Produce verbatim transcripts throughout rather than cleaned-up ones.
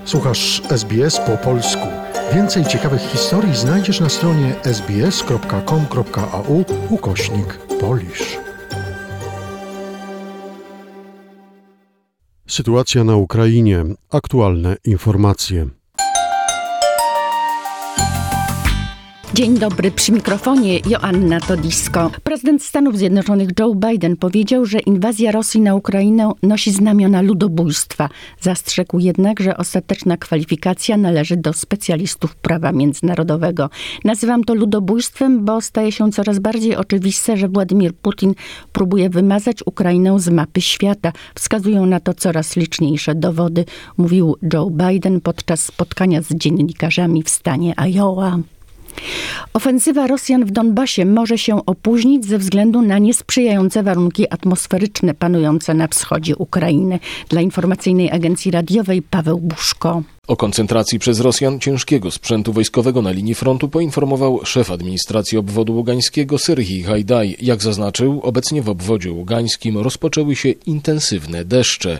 Słuchasz S B S po polsku. Więcej ciekawych historii znajdziesz na stronie sbs.com.au ukośnik Polish. Sytuacja na Ukrainie. Aktualne informacje. Dzień dobry, przy mikrofonie Joanna Todisko. Prezydent Stanów Zjednoczonych Joe Biden powiedział, że inwazja Rosji na Ukrainę nosi znamiona ludobójstwa. Zastrzegł jednak, że ostateczna kwalifikacja należy do specjalistów prawa międzynarodowego. Nazywam to ludobójstwem, bo staje się coraz bardziej oczywiste, że Władimir Putin próbuje wymazać Ukrainę z mapy świata. Wskazują na to coraz liczniejsze dowody, mówił Joe Biden podczas spotkania z dziennikarzami w stanie Iowa. Ofensywa Rosjan w Donbasie może się opóźnić ze względu na niesprzyjające warunki atmosferyczne panujące na wschodzie Ukrainy. Dla informacyjnej agencji radiowej Paweł Buszko. O koncentracji przez Rosjan ciężkiego sprzętu wojskowego na linii frontu poinformował szef administracji obwodu ługańskiego Serhii Hajdaj. Jak zaznaczył, obecnie w obwodzie ługańskim rozpoczęły się intensywne deszcze.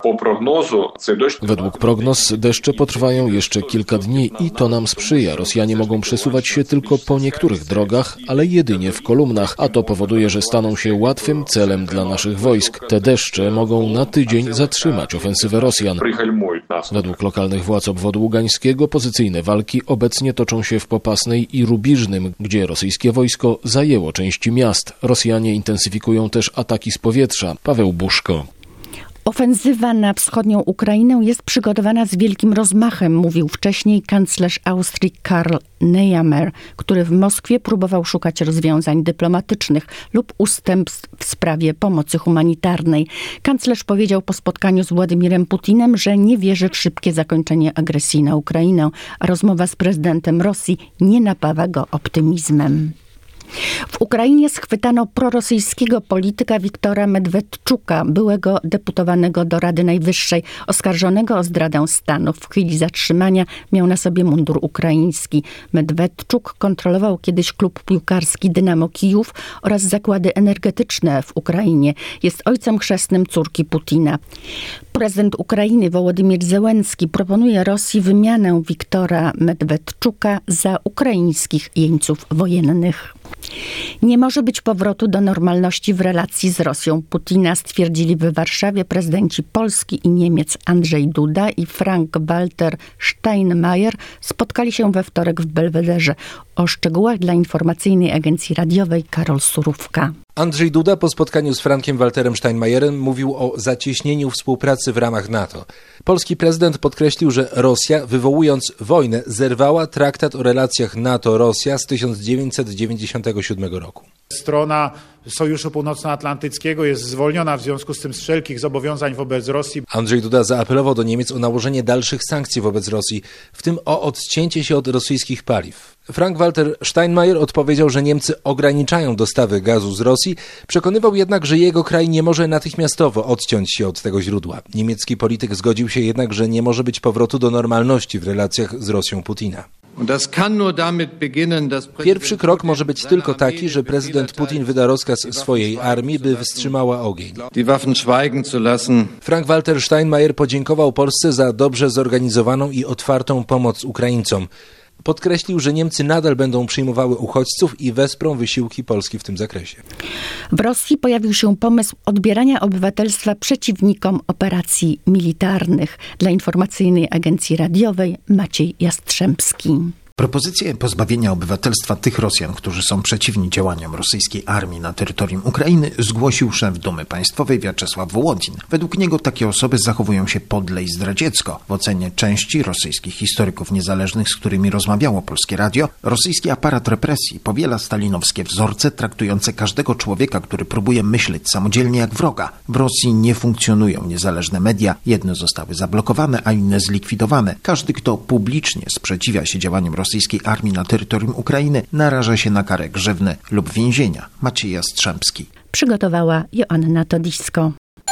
Według prognoz deszcze potrwają jeszcze kilka dni i to nam sprzyja. Rosjanie mogą przesuwać się tylko po niektórych drogach, ale jedynie w kolumnach, a to powoduje, że staną się łatwym celem dla naszych wojsk. Te deszcze mogą na tydzień zatrzymać ofensywę Rosjan. Według lokalnych władz obwodu ługańskiego pozycyjne walki obecnie toczą się w Popasnej i Rubiżnym, gdzie rosyjskie wojsko zajęło części miast. Rosjanie intensyfikują też ataki z powietrza. Paweł Buszko. Ofensywa na wschodnią Ukrainę jest przygotowana z wielkim rozmachem, mówił wcześniej kanclerz Austrii Karl Nehammer, który w Moskwie próbował szukać rozwiązań dyplomatycznych lub ustępstw w sprawie pomocy humanitarnej. Kanclerz powiedział po spotkaniu z Władimirem Putinem, że nie wierzy w szybkie zakończenie agresji na Ukrainę, a rozmowa z prezydentem Rosji nie napawa go optymizmem. W Ukrainie schwytano prorosyjskiego polityka Wiktora Medwedczuka, byłego deputowanego do Rady Najwyższej, oskarżonego o zdradę stanu. W chwili zatrzymania miał na sobie mundur ukraiński. Medwedczuk kontrolował kiedyś klub piłkarski Dynamo Kijów oraz zakłady energetyczne w Ukrainie. Jest ojcem chrzestnym córki Putina. Prezydent Ukrainy Wołodymyr Zełenski proponuje Rosji wymianę Wiktora Medwedczuka za ukraińskich jeńców wojennych. Nie może być powrotu do normalności w relacji z Rosją Putina, stwierdzili w Warszawie prezydenci Polski i Niemiec Andrzej Duda i Frank-Walter Steinmeier. Spotkali się we wtorek w Belwederze. O szczegółach dla informacyjnej agencji radiowej Karol Surówka. Andrzej Duda po spotkaniu z Frankiem-Walterem Steinmeierem mówił o zacieśnieniu współpracy w ramach NATO. Polski prezydent podkreślił, że Rosja, wywołując wojnę, zerwała traktat o relacjach NATO-Rosja z tysiąc dziewięćset dziewięćdziesiątego siódmego roku. Strona Sojuszu Północnoatlantyckiego jest zwolniona w związku z tym z wszelkich zobowiązań wobec Rosji. Andrzej Duda zaapelował do Niemiec o nałożenie dalszych sankcji wobec Rosji, w tym o odcięcie się od rosyjskich paliw. Frank-Walter Steinmeier odpowiedział, że Niemcy ograniczają dostawy gazu z Rosji, przekonywał jednak, że jego kraj nie może natychmiastowo odciąć się od tego źródła. Niemiecki polityk zgodził się jednak, że nie może być powrotu do normalności w relacjach z Rosją Putina. Pierwszy krok może być tylko taki, że prezydent Putin wyda rozkaz swojej armii, by wstrzymała ogień. Frank-Walter Steinmeier podziękował Polsce za dobrze zorganizowaną i otwartą pomoc Ukraińcom. Podkreślił, że Niemcy nadal będą przyjmowały uchodźców i wesprą wysiłki Polski w tym zakresie. W Rosji pojawił się pomysł odbierania obywatelstwa przeciwnikom operacji militarnych. Dla informacyjnej agencji radiowej Maciej Jastrzębski. Propozycję pozbawienia obywatelstwa tych Rosjan, którzy są przeciwni działaniom rosyjskiej armii na terytorium Ukrainy, zgłosił szef Dumy Państwowej Wiaczesław Wołodin. Według niego takie osoby zachowują się podle i zdradziecko. W ocenie części rosyjskich historyków niezależnych, z którymi rozmawiało Polskie Radio, rosyjski aparat represji powiela stalinowskie wzorce traktujące każdego człowieka, który próbuje myśleć samodzielnie jak wroga. W Rosji nie funkcjonują niezależne media. Jedne zostały zablokowane, a inne zlikwidowane. Każdy, kto publicznie sprzeciwia się działaniom rosyjskiej rosyjskiej armii na terytorium Ukrainy, naraża się na karę grzywny lub więzienia. Maciej Jastrzębski. Przygotowała Joanna Todisko.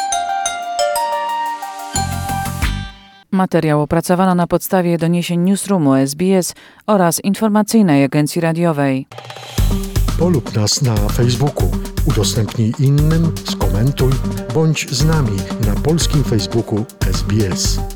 Materiał opracowano na podstawie doniesień Newsroomu S B S oraz informacyjnej agencji radiowej. Polub nas na Facebooku, udostępnij innym, skomentuj, bądź z nami na polskim Facebooku S B S.